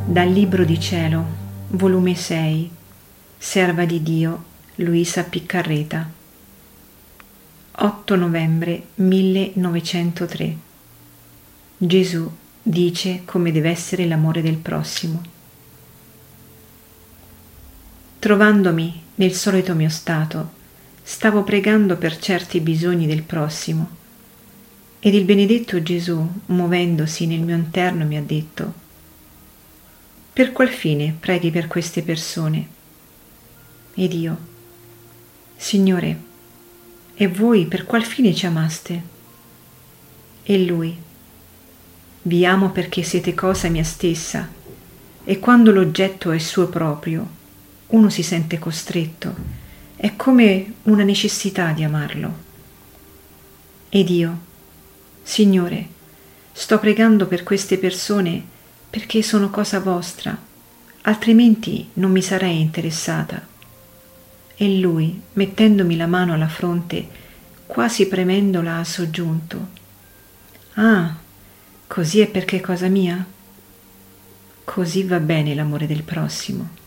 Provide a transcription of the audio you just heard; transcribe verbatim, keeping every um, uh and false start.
Dal Libro di Cielo, volume sei, Serva di Dio, Luisa Piccarreta, otto novembre millenovecentotre. Gesù dice come deve essere l'amore del prossimo. Trovandomi nel solito mio stato, stavo pregando per certi bisogni del prossimo, ed il benedetto Gesù, muovendosi nel mio interno, mi ha detto: per qual fine preghi per queste persone? Ed io: Signore, e voi per qual fine ci amaste? E lui: vi amo perché siete cosa mia stessa, e quando l'oggetto è suo proprio, uno si sente costretto, è come una necessità di amarlo. Ed io: Signore, sto pregando per queste persone perché sono cosa vostra, altrimenti non mi sarei interessata. E lui, mettendomi la mano alla fronte, quasi premendola, ha soggiunto: ah, così è perché cosa mia? Così va bene l'amore del prossimo.